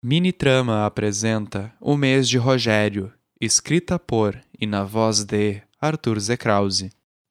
Minitrama apresenta O Mês de Rogério, escrita por e na voz de Arthur Z. Krause.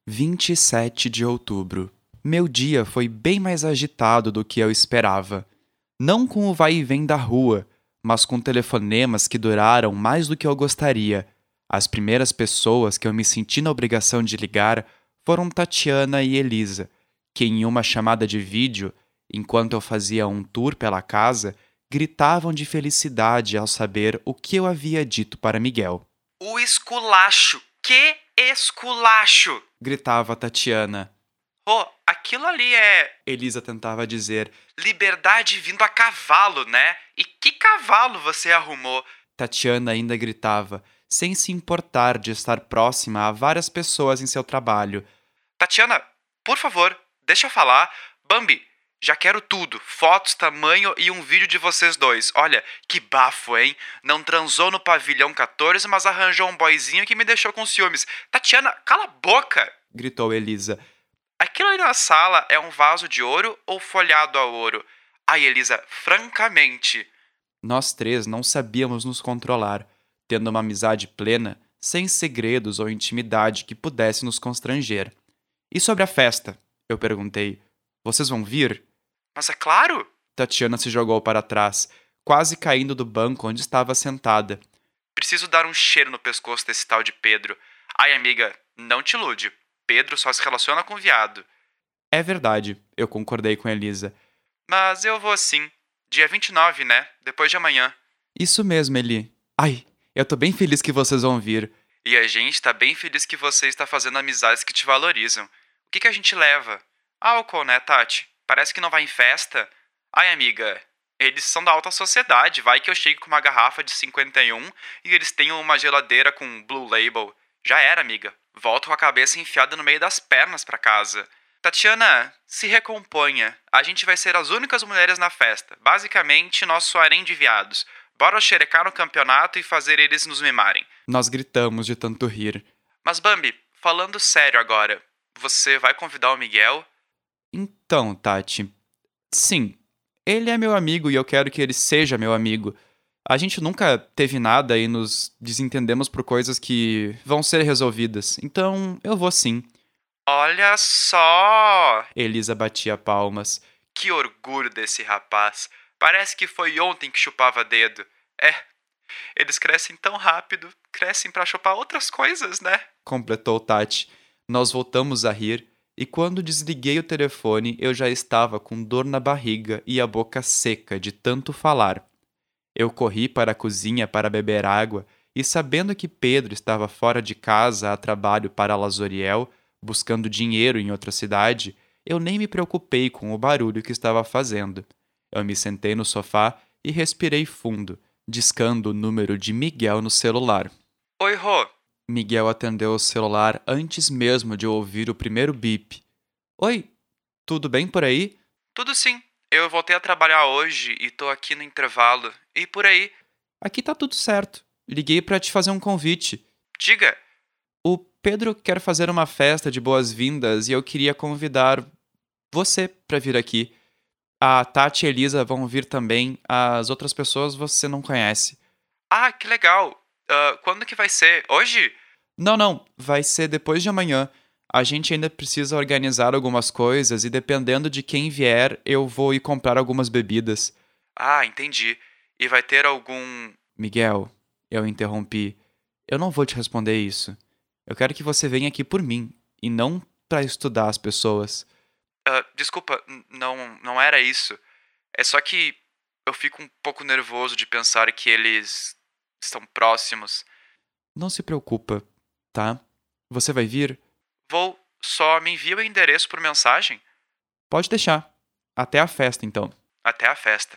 27 de outubro. Meu dia foi bem mais agitado do que eu esperava. Não com o vai e vem da rua, mas com telefonemas que duraram mais do que eu gostaria. As primeiras pessoas que eu me senti na obrigação de ligar foram Tatiana e Elisa, que em uma chamada de vídeo, enquanto eu fazia um tour pela casa, gritavam de felicidade ao saber o que eu havia dito para Miguel. O esculacho! Que esculacho! Gritava Tatiana. Oh, aquilo ali é Elisa tentava dizer. liberdade vindo a cavalo, né? E que cavalo você arrumou? Tatiana ainda gritava, sem se importar de estar próxima a várias pessoas em seu trabalho. Tatiana, por favor, deixa eu falar. Bambi, já quero tudo. Fotos, tamanho e um vídeo de vocês dois. Olha, que bafo, hein? Não transou no pavilhão 14, mas arranjou um boyzinho que me deixou com ciúmes. Tatiana, cala a boca! Gritou Elisa. Aquilo ali na sala é um vaso de ouro ou folhado a ouro? Ai, Elisa, francamente. Nós três não sabíamos nos controlar, tendo uma amizade plena, sem segredos ou intimidade que pudesse nos constranger. E sobre a festa? Eu perguntei. Vocês vão vir? Mas é claro! Tatiana se jogou para trás, quase caindo do banco onde estava sentada. Preciso dar um cheiro no pescoço desse tal de Pedro. Ai, amiga, não te ilude. Pedro só se relaciona com viado. É verdade, eu concordei com Elisa. Mas eu vou sim. Dia 29, né? Depois de amanhã. Isso mesmo, Eli. Ai, eu tô bem feliz que vocês vão vir. E a gente tá bem feliz que você está fazendo amizades que te valorizam. O que a gente leva? Álcool, né, Tati? Parece que não vai em festa. Ai, amiga, eles são da alta sociedade. Vai que eu chego com uma garrafa de 51 e eles têm uma geladeira com Blue Label. Já era, amiga. Volto com a cabeça enfiada no meio das pernas pra casa. Tatiana, se recomponha. A gente vai ser as únicas mulheres na festa. Basicamente, nosso harém de viados. Bora xerecar no campeonato e fazer eles nos mimarem. Nós gritamos de tanto rir. Mas, Bambi, falando sério agora, você vai convidar o Miguel? Então, Tati. Sim, ele é meu amigo e eu quero que ele seja meu amigo. A gente nunca teve nada e nos desentendemos por coisas que vão ser resolvidas. Então, eu vou sim. Olha só! Elisa batia palmas. Que orgulho desse rapaz. Parece que foi ontem que chupava dedo. É, eles crescem tão rápido, crescem pra chupar outras coisas, né? Completou Tati. Nós voltamos a rir e quando desliguei o telefone eu já estava com dor na barriga e a boca seca de tanto falar. Eu corri para a cozinha para beber água e, sabendo que Pedro estava fora de casa a trabalho para Lazoriel, buscando dinheiro em outra cidade, eu nem me preocupei com o barulho que estava fazendo. Eu me sentei no sofá e respirei fundo, discando o número de Miguel no celular. Oi, Rô. Miguel atendeu o celular antes mesmo de eu ouvir o primeiro bip. Oi, tudo bem por aí? Tudo sim. Eu voltei a trabalhar hoje e tô aqui no intervalo. E por aí? Aqui tá tudo certo. Liguei para te fazer um convite. Diga. O Pedro quer fazer uma festa de boas-vindas e eu queria convidar você para vir aqui. A Tati e a Elisa vão vir também. As outras pessoas você não conhece. Ah, que legal. Quando que vai ser? Hoje? Não. Vai ser depois de amanhã. A gente ainda precisa organizar algumas coisas e dependendo de quem vier, eu vou ir comprar algumas bebidas. Ah, entendi. E vai ter algum... Miguel, eu interrompi. Eu não vou te responder isso. Eu quero que você venha aqui por mim e não para estudar as pessoas. Desculpa, não era isso. É só que eu fico um pouco nervoso de pensar que eles estão próximos. Não se preocupa, tá? Você vai vir? Vou, só me envia o endereço por mensagem. Pode deixar. Até a festa, então. Até a festa.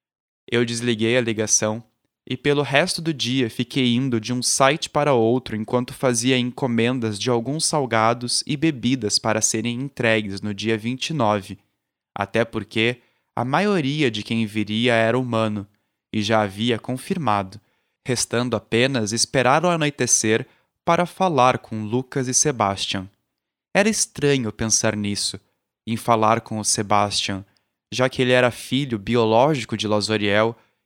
Eu desliguei a ligação e pelo resto do dia fiquei indo de um site para outro enquanto fazia encomendas de alguns salgados e bebidas para serem entregues no dia 29. Até porque a maioria de quem viria era humano e já havia confirmado, restando apenas esperar o anoitecer para falar com Lucas e Sebastian. Era estranho pensar nisso, em falar com o Sebastian, já que ele era filho biológico de Lazoriel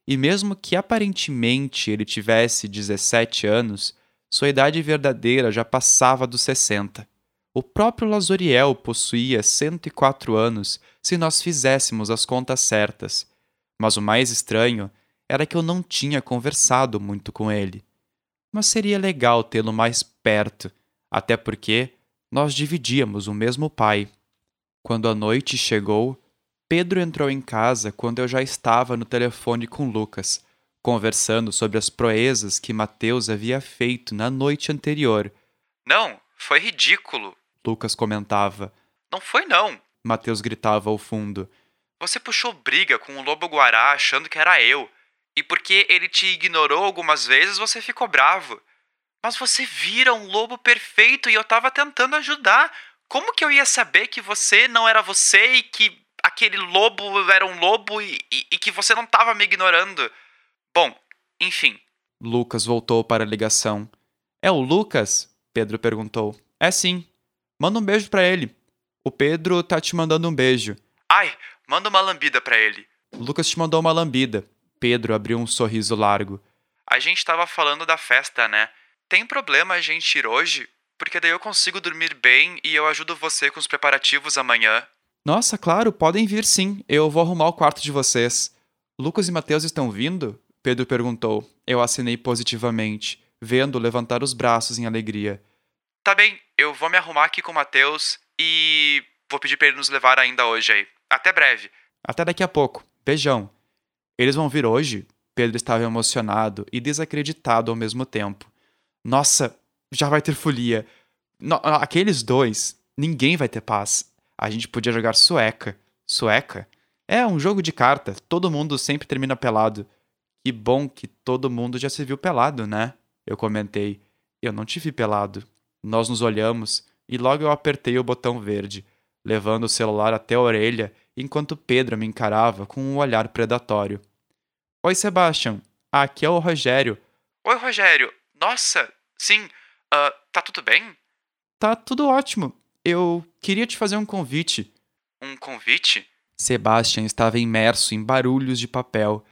E mesmo que aparentemente ele tivesse 17 anos, sua idade verdadeira já passava dos 60. O próprio Lazoriel possuía 104 anos se nós fizéssemos as contas certas. Mas o mais estranho era que eu não tinha conversado muito com ele. Mas seria legal tê-lo mais perto, até porque nós dividíamos o mesmo pai. Quando a noite chegou, Pedro entrou em casa quando eu já estava no telefone com Lucas, conversando sobre as proezas que Mateus havia feito na noite anterior. Não, foi ridículo. Lucas comentava. Não foi não. Mateus gritava ao fundo. Você puxou briga com o lobo-guará achando que era eu. E porque ele te ignorou algumas vezes, você ficou bravo. Mas você vira um lobo perfeito e eu tava tentando ajudar. Como que eu ia saber que você não era você e que aquele lobo era um lobo e que você não tava me ignorando? Bom, enfim. Lucas voltou para a ligação. É o Lucas? Pedro perguntou. É sim. Manda um beijo pra ele. O Pedro tá te mandando um beijo. Ai, manda uma lambida pra ele. Lucas te mandou uma lambida. Pedro abriu um sorriso largo. A gente tava falando da festa, né? Tem problema a gente ir hoje? Porque daí eu consigo dormir bem e eu ajudo você com os preparativos amanhã. Nossa, claro, podem vir sim. Eu vou arrumar o quarto de vocês. Lucas e Mateus estão vindo? Pedro perguntou. Eu acenei positivamente, vendo levantar os braços em alegria. Tá bem, eu vou me arrumar aqui com o Mateus e vou pedir pra ele nos levar ainda hoje aí. Até breve. Até daqui a pouco. Beijão. Eles vão vir hoje? Pedro estava emocionado e desacreditado ao mesmo tempo. Nossa, já vai ter folia. Aqueles dois, ninguém vai ter paz. A gente podia jogar sueca. Sueca? É um jogo de carta. Todo mundo sempre termina pelado. Que bom que todo mundo já se viu pelado, né? Eu comentei. Eu não te vi pelado. Nós nos olhamos e logo eu apertei o botão verde, levando o celular até a orelha enquanto Pedro me encarava com um olhar predatório. Oi, Sebastian. Aqui é o Rogério. Oi, Rogério. Nossa, sim. Tá tudo bem? Tá tudo ótimo. Eu queria te fazer um convite. Um convite? Sebastian estava imerso em barulhos de papel.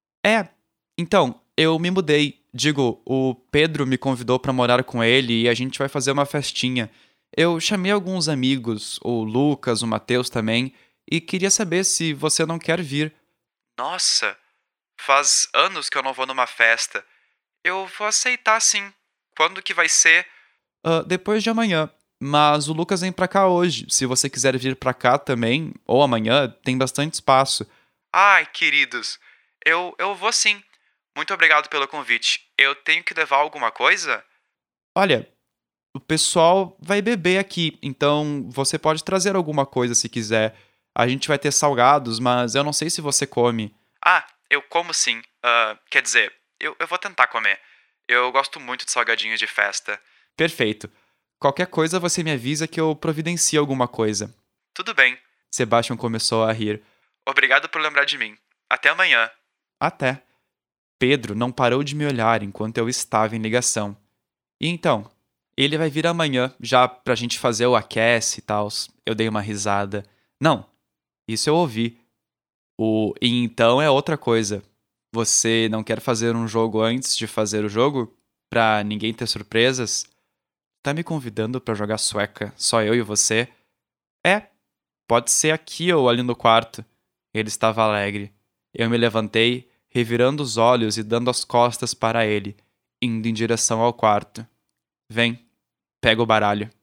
Então, eu me mudei. Digo, o Pedro me convidou para morar com ele e a gente vai fazer uma festinha. Eu chamei alguns amigos, o Lucas, o Mateus também, e queria saber se você não quer vir. Nossa, faz anos que eu não vou numa festa. Eu vou aceitar sim. Quando que vai ser? Depois de amanhã. Mas o Lucas vem pra cá hoje. Se você quiser vir pra cá também, ou amanhã, tem bastante espaço. Ai, queridos, eu vou sim. Muito obrigado pelo convite. Eu tenho que levar alguma coisa? Olha, o pessoal vai beber aqui, então você pode trazer alguma coisa se quiser. A gente vai ter salgados, mas eu não sei se você come. Ah, eu como sim. Quer dizer, eu vou tentar comer. Eu gosto muito de salgadinhos de festa. Perfeito. Qualquer coisa você me avisa que eu providencio alguma coisa. Tudo bem. Sebastian começou a rir. Obrigado por lembrar de mim. Até amanhã. Até. Pedro não parou de me olhar enquanto eu estava em ligação. E então, ele vai vir amanhã, já pra gente fazer o aquece e tal. Eu dei uma risada. Não, isso eu ouvi. E então é outra coisa. Você não quer fazer um jogo antes de fazer o jogo? Pra ninguém ter surpresas? Tá me convidando pra jogar sueca, só eu e você? Pode ser aqui ou ali no quarto. Ele estava alegre. Eu me levantei, revirando os olhos e dando as costas para ele, indo em direção ao quarto. Vem, pega o baralho.